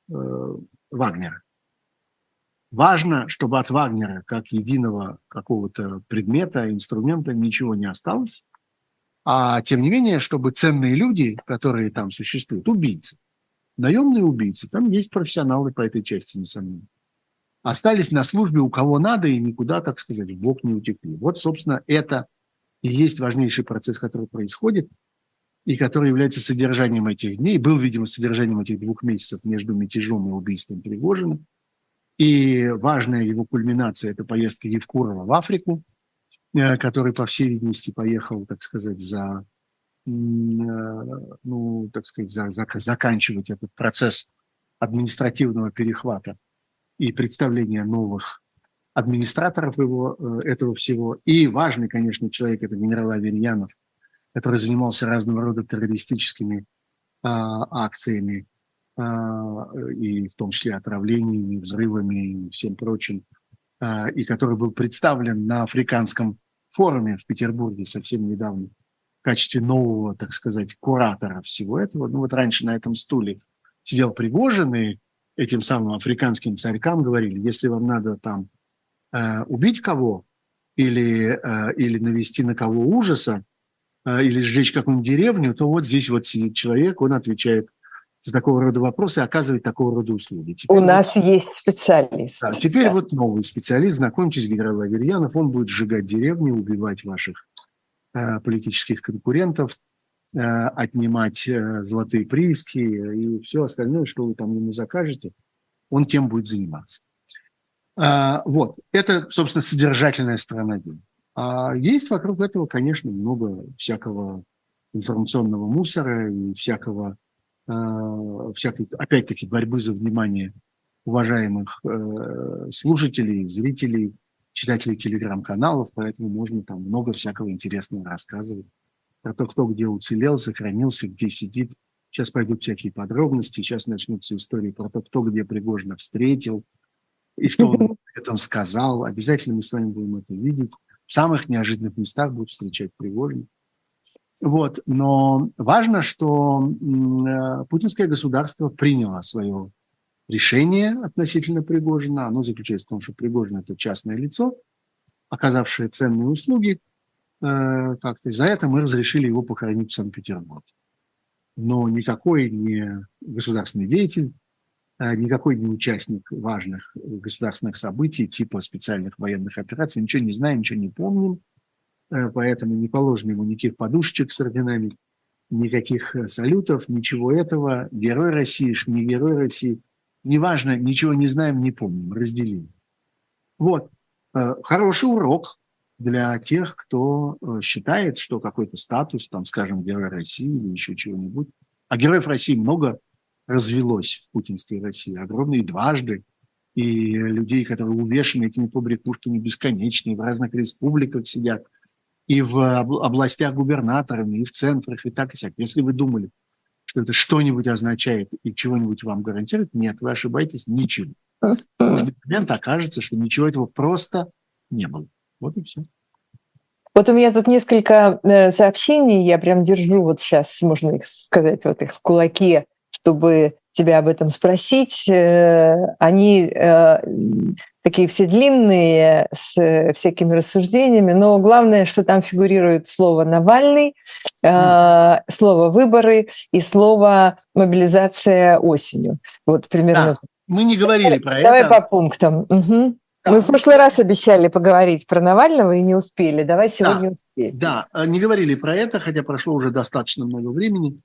Важно, чтобы от Вагнера, как единого какого-то предмета, инструмента, ничего не осталось. А тем не менее, чтобы ценные люди, которые там существуют, убийцы, наемные убийцы, там есть профессионалы по этой части, несомненно, остались на службе у кого надо и никуда, так сказать, в бок не утекли. Вот, собственно, это и есть важнейший процесс, который происходит, и который является содержанием этих дней, был, видимо, содержанием этих двух месяцев между мятежом и убийством Пригожина. И важная его кульминация – это поездка Евкурова в Африку, который, по всей видимости, поехал, так сказать, за, ну, так сказать, за, за, заканчивать этот процесс административного перехвата и представления новых администраторов его, этого всего. И важный, конечно, человек – это генерал Аверьянов, который занимался разного рода террористическими а, акциями, а, и в том числе отравлениями, взрывами и всем прочим, а, и который был представлен на африканском форуме в Петербурге совсем недавно в качестве нового, так сказать, куратора всего этого. Ну вот раньше на этом стуле сидел Пригожин, и этим самым африканским царькам говорили, если вам надо там э, убить кого или, э, или навести на кого ужаса, э, или сжечь какую-нибудь деревню, то вот здесь вот сидит человек, он отвечает за такого рода вопросы и оказывает такого рода услуги. Теперь У вот, нас есть специалист. Да, теперь да. вот новый специалист, знакомьтесь, генерал Аверьянов, он будет сжигать деревни, убивать ваших э, политических конкурентов, э, отнимать э, золотые прииски и все остальное, что вы там ему закажете, он тем будет заниматься. А, вот, это, собственно, содержательная сторона дела. А есть вокруг этого, конечно, много всякого информационного мусора и всякого всякой, опять-таки, борьбы за внимание уважаемых э, слушателей, зрителей, читателей телеграм-каналов, поэтому можно там много всякого интересного рассказывать про то, кто где уцелел, сохранился, где сидит. Сейчас пойдут всякие подробности, сейчас начнутся истории про то, кто где Пригожина встретил и что он при этом сказал. Обязательно мы с вами будем это видеть. В самых неожиданных местах будут встречать Пригожина. Вот, но важно, что э, путинское государство приняло свое решение относительно Пригожина. Оно заключается в том, что Пригожин – это частное лицо, оказавшее ценные услуги. Э, как-то за это мы разрешили его похоронить в Санкт-Петербурге. Но никакой не государственный деятель, э, никакой не участник важных государственных событий типа специальных военных операций, ничего не знаем, ничего не помним. Поэтому не положено ему никаких подушечек с орденами, никаких салютов, ничего этого. Герой России, не герой России. Неважно, ничего не знаем, не помним, разделим. Вот. Хороший урок для тех, кто считает, что какой-то статус, там, скажем, герой России или еще чего-нибудь. А героев России много развелось в путинской России. Огромные дважды. И людей, которые увешаны этими побрякушками бесконечные, в разных республиках сидят. И в областях губернаторами, и в центрах, и так и сяк. Если вы думали, что это что-нибудь означает и чего-нибудь вам гарантирует, нет, вы ошибаетесь, ничего. В нужный момент окажется, что ничего этого просто не было. Вот и все. Вот у меня тут несколько сообщений, я прям держу вот сейчас, можно их сказать, вот их в кулаке, чтобы тебя об этом спросить. Они такие все длинные, с всякими рассуждениями, но главное, что там фигурирует слово «Навальный», mm. слово «выборы» и слово «мобилизация осенью». Вот примерно. Да, мы не говорили про Давай это. Давай по пунктам. Угу. Да. Мы в прошлый раз обещали поговорить про Навального и не успели. Давай сегодня да, успеем. Да, не говорили про это, хотя прошло уже достаточно много времени.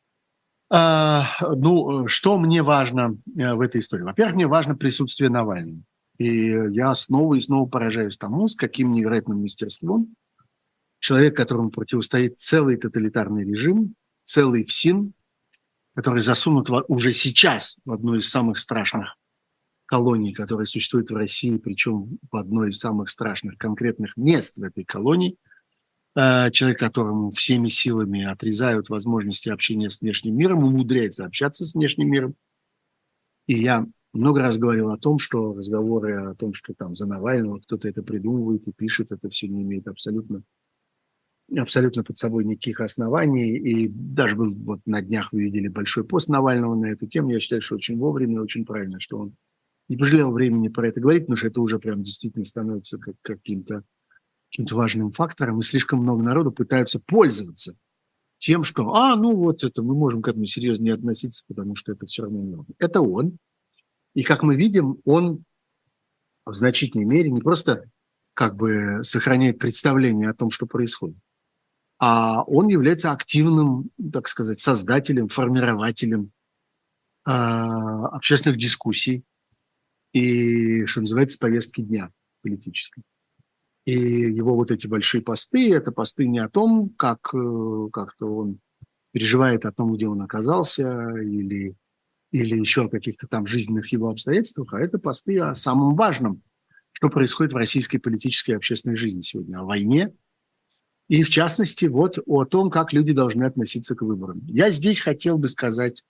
А, ну, что мне важно в этой истории? Во-первых, мне важно присутствие Навального. И я снова и снова поражаюсь тому, с каким невероятным мастерством человек, которому противостоит целый тоталитарный режим, целый ФСИН, который засунут уже сейчас в одну из самых страшных колоний, которые существуют в России, причем в одной из самых страшных конкретных мест в этой колонии. Человек, которому всеми силами отрезают возможности общения с внешним миром, умудряется общаться с внешним миром. И я много раз говорил о том, что разговоры о том, что там за Навального кто-то это придумывает и пишет, это все не имеет абсолютно, абсолютно под собой никаких оснований. И даже был, вот на днях вы видели большой пост Навального на эту тему. Я считаю, что очень вовремя и очень правильно, что он не пожалел времени про это говорить, потому что это уже прям действительно становится как, каким-то, каким-то важным фактором. И слишком много народу пытаются пользоваться тем, что, а, ну вот это мы можем к этому серьезнее относиться, потому что это все равно много. Это он. И, как мы видим, он в значительной мере не просто как бы сохраняет представление о том, что происходит, а он является активным, так сказать, создателем, формирователем э, общественных дискуссий и, что называется, повестки дня политической. И его вот эти большие посты, это посты не о том, как как-то он переживает о том, где он оказался, или, или еще о каких-то там жизненных его обстоятельствах, а это посты о самом важном, что происходит в российской политической и общественной жизни сегодня, о войне, и в частности вот о том, как люди должны относиться к выборам. Я здесь хотел бы сказать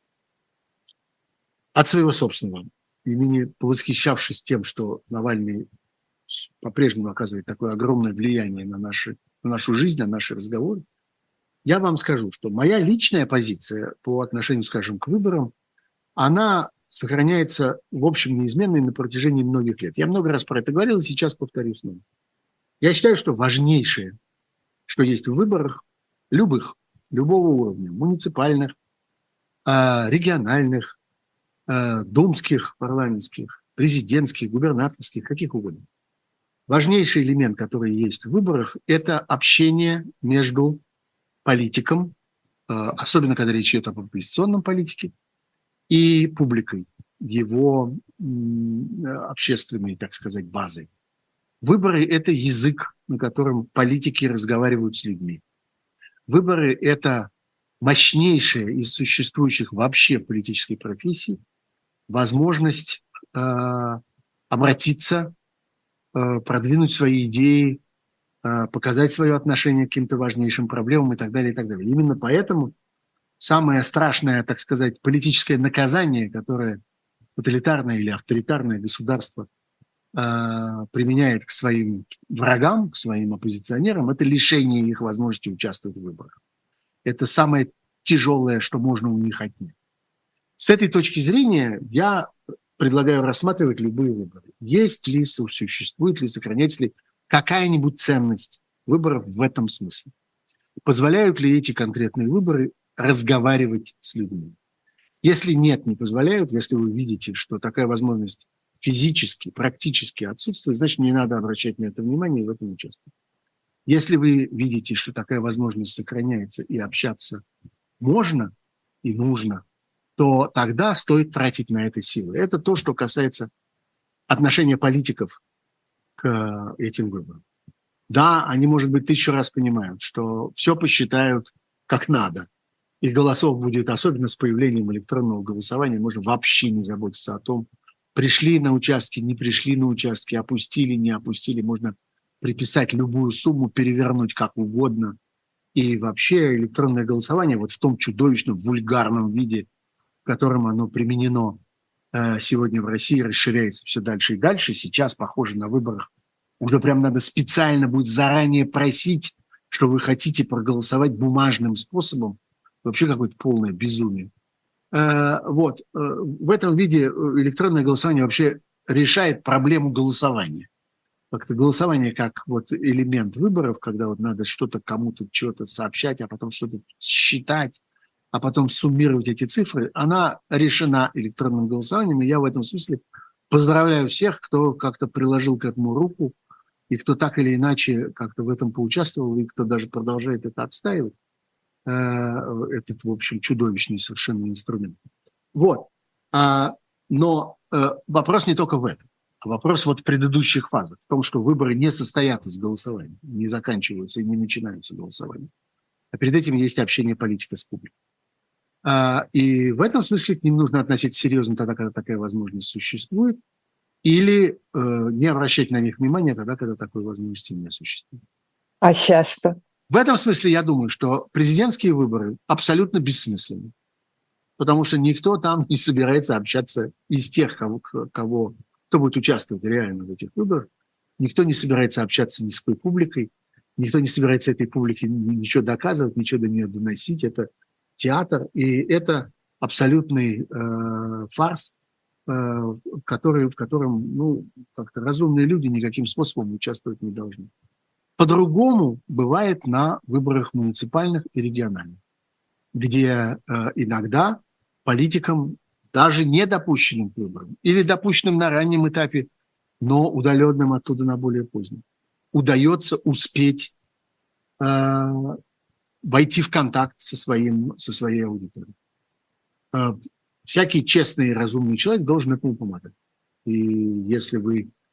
от своего собственного имени, повосхищавшись тем, что Навальный по-прежнему оказывает такое огромное влияние на, наши, на нашу жизнь, на наши разговоры, я вам скажу, что моя личная позиция по отношению, скажем, к выборам, она сохраняется, в общем, неизменной на протяжении многих лет. Я много раз про это говорил, и сейчас повторю снова. Я считаю, что важнейшее, что есть в выборах, любых, любого уровня, муниципальных, региональных, думских, парламентских, президентских, губернаторских, каких угодно. Важнейший элемент, который есть в выборах, это общение между политиком, особенно когда речь идет об оппозиционном политике, и публикой, его общественной, так сказать, базой. Выборы – это язык, на котором политики разговаривают с людьми. Выборы – это мощнейшая из существующих вообще в политической профессии возможность э, обратиться, э, продвинуть свои идеи, э, показать свое отношение к каким-то важнейшим проблемам и так далее, и так далее. Именно поэтому самое страшное, так сказать, политическое наказание, которое тоталитарное или авторитарное государство э, применяет к своим врагам, к своим оппозиционерам, это лишение их возможности участвовать в выборах. Это самое тяжелое, что можно у них отнять. С этой точки зрения я предлагаю рассматривать любые выборы. Есть ли, существует ли, сохраняется ли какая-нибудь ценность выборов в этом смысле? Позволяют ли эти конкретные выборы разговаривать с людьми? Если нет, не позволяют, если вы видите, что такая возможность физически, практически отсутствует, значит, не надо обращать на это внимание и в этом участвовать. Если вы видите, что такая возможность сохраняется и общаться можно и нужно, то тогда стоит тратить на это силы. Это то, что касается отношения политиков к этим выборам. Да, они, может быть, тысячу раз понимают, что все посчитают как надо, и голосов будет, особенно с появлением электронного голосования, можно вообще не заботиться о том, пришли на участки, не пришли на участки, опустили, не опустили, можно приписать любую сумму, перевернуть как угодно. И вообще электронное голосование вот в том чудовищном, вульгарном виде, в котором оно применено э, сегодня в России, расширяется все дальше и дальше. Сейчас, похоже, на выборах уже прям надо специально будет заранее просить, что вы хотите проголосовать бумажным способом. Вообще какое-то полное безумие. Э, вот. Э, в этом виде электронное голосование вообще решает проблему голосования. Как-то голосование как вот элемент выборов, когда вот надо что-то кому-то что-то сообщать, а потом что-то считать, а потом суммировать эти цифры, она решена электронным голосованием. И я в этом смысле поздравляю всех, кто как-то приложил к этому руку, и кто так или иначе как-то в этом поучаствовал, и кто даже продолжает это отстаивать, этот, в общем, чудовищный совершенно инструмент. Вот. Но вопрос не только в этом. Вопрос вот в предыдущих фазах, в том, что выборы не состоят из голосования, не заканчиваются и не начинаются голосования. А перед этим есть общение политика с публикой. И в этом смысле к ним нужно относиться серьезно тогда, когда такая возможность существует, или не обращать на них внимания тогда, когда такой возможности не существует. А сейчас что? В этом смысле я думаю, что президентские выборы абсолютно бессмысленны, потому что никто там не собирается общаться из тех, кого, кого кто будет участвовать реально в этих выборах, никто не собирается общаться ни с какой публикой, никто не собирается этой публике ничего доказывать, ничего до нее доносить. Это театр, и это абсолютный э, фарс, э, который, в котором ну, как-то разумные люди никаким способом участвовать не должны. По-другому бывает на выборах муниципальных и региональных, где э, иногда политикам, даже не допущенным к выборам или допущенным на раннем этапе, но удаленным оттуда на более поздний, удается успеть э, войти в контакт со, своим, со своей аудиторией. Э, всякий честный и разумный человек должен этому помогать. И если вы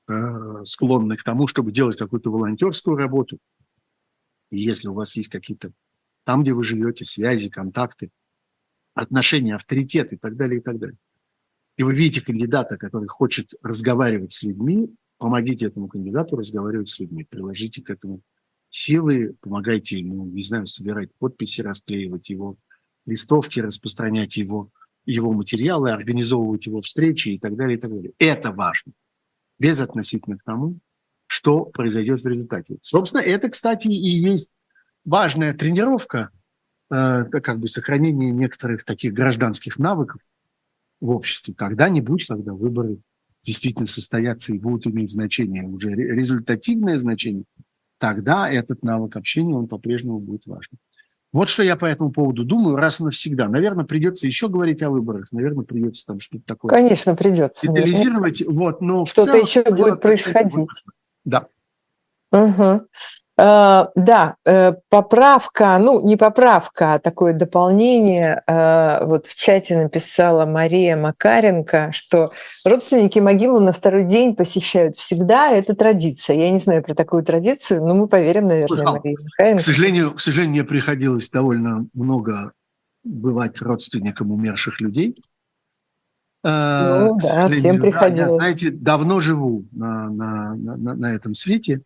э, склонны к тому, чтобы делать какую-то волонтерскую работу. И если у вас есть какие-то там, где вы живете, связи, контакты, отношения, авторитет и так далее, и так далее. И вы видите кандидата, который хочет разговаривать с людьми, помогите этому кандидату разговаривать с людьми, приложите к этому силы, помогайте ему, не знаю, собирать подписи, расклеивать его листовки, распространять его, его материалы, организовывать его встречи и так далее, и так далее. Это важно, безотносительно к тому, что произойдет в результате. Собственно, это, кстати, и есть важная тренировка, э, как бы сохранение некоторых таких гражданских навыков в обществе. Когда-нибудь, когда выборы действительно состоятся и будут иметь значение, уже результативное значение, тогда этот навык общения, он по-прежнему будет важным. Вот что я по этому поводу думаю раз и навсегда. Наверное, придется еще говорить о выборах, наверное, придется там что-то такое. Конечно, придется. Детализировать, вот, но в что-то целом, еще будет происходить. Да. Угу. Uh, да, uh, поправка, ну не поправка, а такое дополнение. Uh, вот в чате написала Мария Макаренко, что родственники могилу на второй день посещают всегда. Это традиция. Я не знаю про такую традицию, но мы поверим, наверное, Слыхал. Марии Макаренко. К сожалению, к сожалению, мне приходилось довольно много бывать родственником умерших людей. Uh, ну да, всем приходилось. Да, я, знаете, давно живу на, на, на, на этом свете.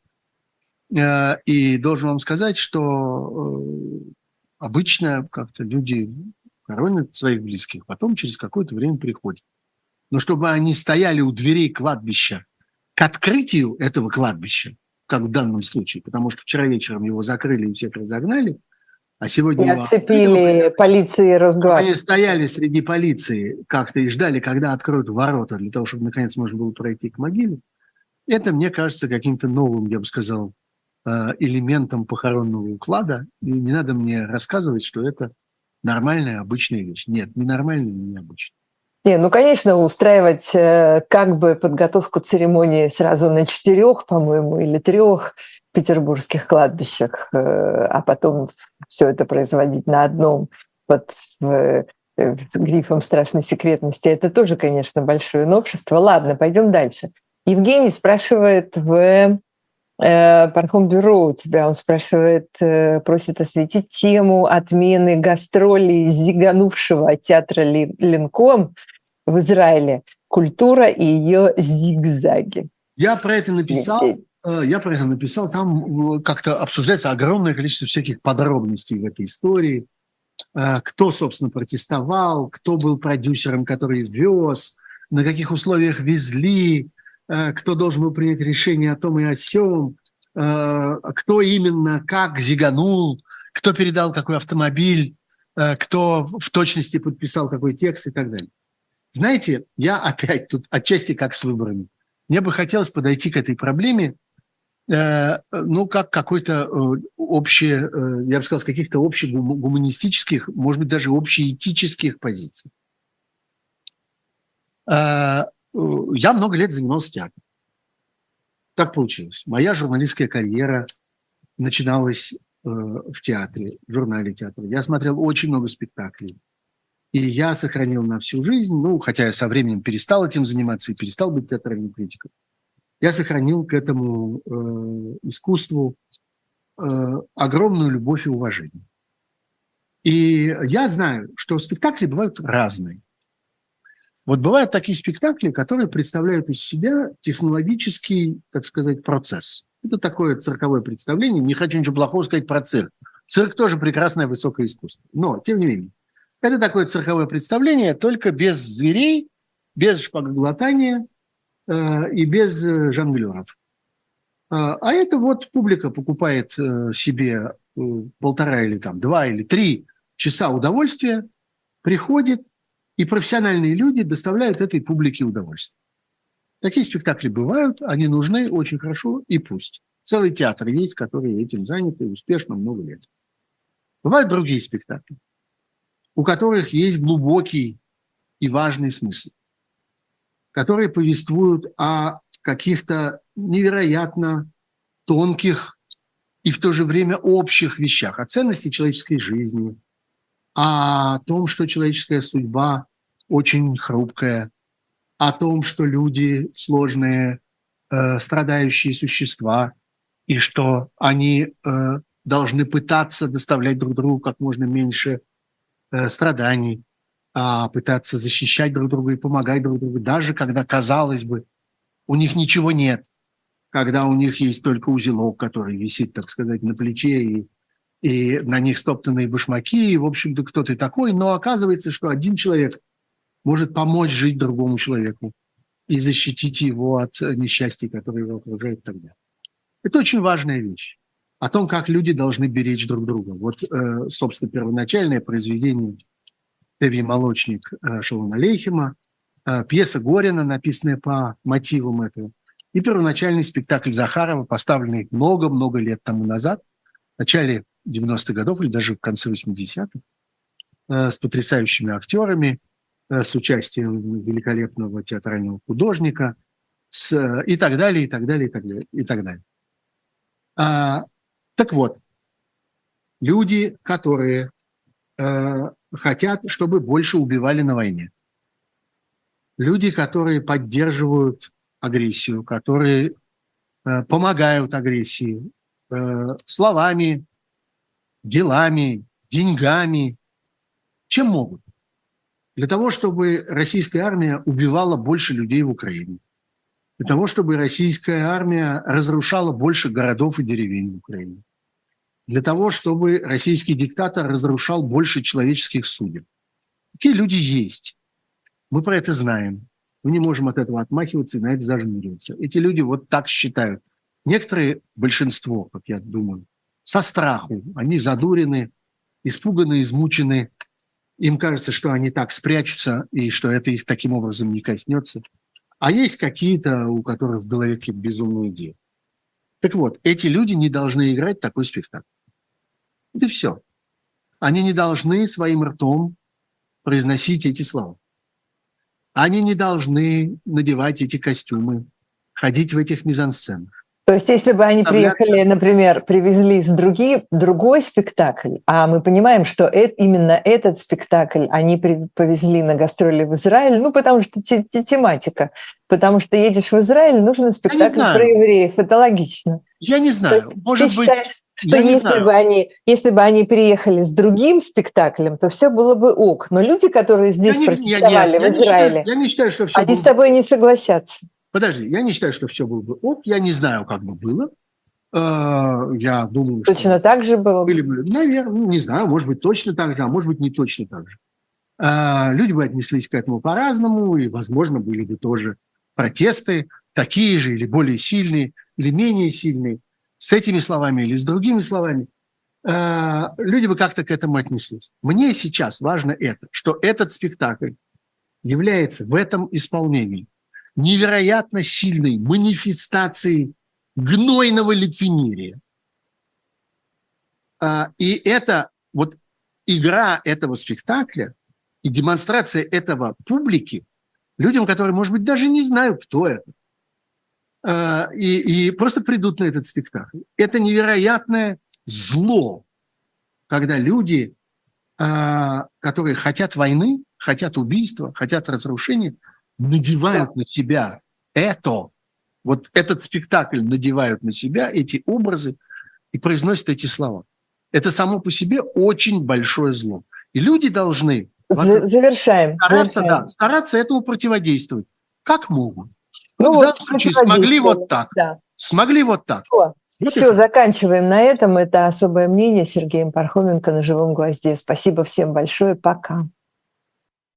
И должен вам сказать, что обычно как-то люди хоронят своих близких, потом через какое-то время приходят. Но чтобы они стояли у дверей кладбища к открытию этого кладбища, как в данном случае, потому что вчера вечером его закрыли и всех разогнали, а сегодня... И оцепили полиции и Росгвардии. Они стояли среди полиции как-то и ждали, когда откроют ворота, для того, чтобы наконец можно было пройти к могиле. Это, мне кажется, каким-то новым, я бы сказал, элементом похоронного уклада, и не надо мне рассказывать, что это нормальная, обычная вещь. Нет, не нормальная, не необычная. Не, ну, конечно, устраивать э, как бы подготовку церемонии сразу на четырех, по-моему, или трех петербургских кладбищах, э, а потом все это производить на одном под э, э, грифом страшной секретности, это тоже, конечно, большое новшество. Ладно, пойдем дальше. Евгений спрашивает в Пархомбюро у тебя, он спрашивает, просит осветить тему отмены гастролей зиганувшего театра Линкольн в Израиле. Культура и ее зигзаги. Я про это написал. Я про это написал. Там как-то обсуждается огромное количество всяких подробностей в этой истории. Кто, собственно, протестовал, кто был продюсером, который вез, на каких условиях везли, кто должен был принять решение о том и о сём, кто именно как зиганул, кто передал какой автомобиль, кто в точности подписал какой текст и так далее. Знаете, я опять тут отчасти как с выборами. Мне бы хотелось подойти к этой проблеме, ну, как какой-то общее, я бы сказал, с каких-то общих гуманистических, может быть, даже общеэтических позиций. Я много лет занимался театром. Так получилось. Моя журналистская карьера начиналась э, в театре, в журнале театра. Я смотрел очень много спектаклей. И я сохранил на всю жизнь, ну, хотя я со временем перестал этим заниматься и перестал быть театральным критиком, я сохранил к этому э, искусству э, огромную любовь и уважение. И я знаю, что спектакли бывают разные. Вот бывают такие спектакли, которые представляют из себя технологический, так сказать, процесс. Это такое цирковое представление. Не хочу ничего плохого сказать про цирк. Цирк тоже прекрасное высокое искусство. Но, тем не менее, это такое цирковое представление, только без зверей, без шпагоглотания э, и без э, жонглеров. А, а это вот публика покупает э, себе э, полтора или там два или три часа удовольствия, приходит, и профессиональные люди доставляют этой публике удовольствие. Такие спектакли бывают, они нужны очень хорошо, и пусть. Целый театр есть, который этим занят и успешно много лет. Бывают другие спектакли, у которых есть глубокий и важный смысл, которые повествуют о каких-то невероятно тонких и в то же время общих вещах, о ценности человеческой жизни, о том, что человеческая судьба очень хрупкая, о том, что люди сложные, э, страдающие существа, и что они э, должны пытаться доставлять друг другу как можно меньше э, страданий, а пытаться защищать друг друга и помогать друг другу, даже когда, казалось бы, у них ничего нет, когда у них есть только узелок, который висит, так сказать, на плече, и, и на них стоптанные башмаки, и, в общем-то, кто ты такой, но оказывается, что один человек может помочь жить другому человеку и защитить его от несчастья, которое его окружает тогда. Это очень важная вещь. О том, как люди должны беречь друг друга. Вот, э, собственно, первоначальное произведение «Тевий молочник» Шалона Алейхема, э, пьеса Горина, написанная по мотивам этого, и первоначальный спектакль Захарова, поставленный много-много лет тому назад, в начале девяностых годов или даже в конце восьмидесятых, э, с потрясающими актерами, э, с участием великолепного театрального художника, с, э, и так далее, и так далее, и так далее, и так далее. А, так вот, люди, которые э, хотят, чтобы больше убивали на войне, люди, которые поддерживают агрессию, которые э, помогают агрессии э, словами, делами, деньгами, чем могут. Для того, чтобы российская армия убивала больше людей в Украине. Для того, чтобы российская армия разрушала больше городов и деревень в Украине. Для того, чтобы российский диктатор разрушал больше человеческих судеб. Такие люди есть. Мы про это знаем. Мы не можем от этого отмахиваться и на это зажмуриваться. Эти люди вот так считают. Некоторые, большинство, как я думаю, со страху. Они задурены, испуганы, измучены. Им кажется, что они так спрячутся и что это их таким образом не коснется. А есть какие-то, у которых в голове какие-то безумные идеи. Так вот, эти люди не должны играть такой спектакль. Это все. Они не должны своим ртом произносить эти слова. Они не должны надевать эти костюмы, ходить в этих мизансценах. То есть, если бы они приехали, например, привезли с другие, другой спектакль, а мы понимаем, что это, именно этот спектакль они при, повезли на гастроли в Израиль, ну, потому что те, те, тематика, потому что едешь в Израиль, нужен спектакль про евреев, это логично. Я не знаю, есть, может ты быть... Считаешь, что если бы, они, если бы они приехали с другим спектаклем, то все было бы ок. Но люди, которые здесь я протестовали не, я, нет, в Израиле, я не считаю, я не считаю, что все они было... с тобой не согласятся. Подожди, я не считаю, что все было бы ок. Я не знаю, как бы было. Я думаю, точно что так же было были бы, наверное, не знаю, может быть, точно так же, а может быть, не точно так же. Люди бы отнеслись к этому по-разному, и, возможно, были бы тоже протесты, такие же или более сильные, или менее сильные, с этими словами или с другими словами. Люди бы как-то к этому отнеслись. Мне сейчас важно это, что этот спектакль является в этом исполнении невероятно сильной манифестацией гнойного лицемерия. И это вот игра этого спектакля и демонстрация этого публике людям, которые, может быть, даже не знают, кто это, и, и просто придут на этот спектакль. Это невероятное зло, когда люди, которые хотят войны, хотят убийства, хотят разрушения, надевают на себя это, вот этот спектакль надевают на себя, эти образы, и произносят эти слова. Это само по себе очень большое зло. И люди должны Завершаем. Стараться, Завершаем. Да, стараться этому противодействовать. Как могут. Ну, вот в данном случае смогли вот так. Да. Смогли вот так. Все, вот Все заканчиваем на этом. Это «Особое мнение» с Сергеем Пархоменко на «Живом гвозде». Спасибо всем большое. Пока.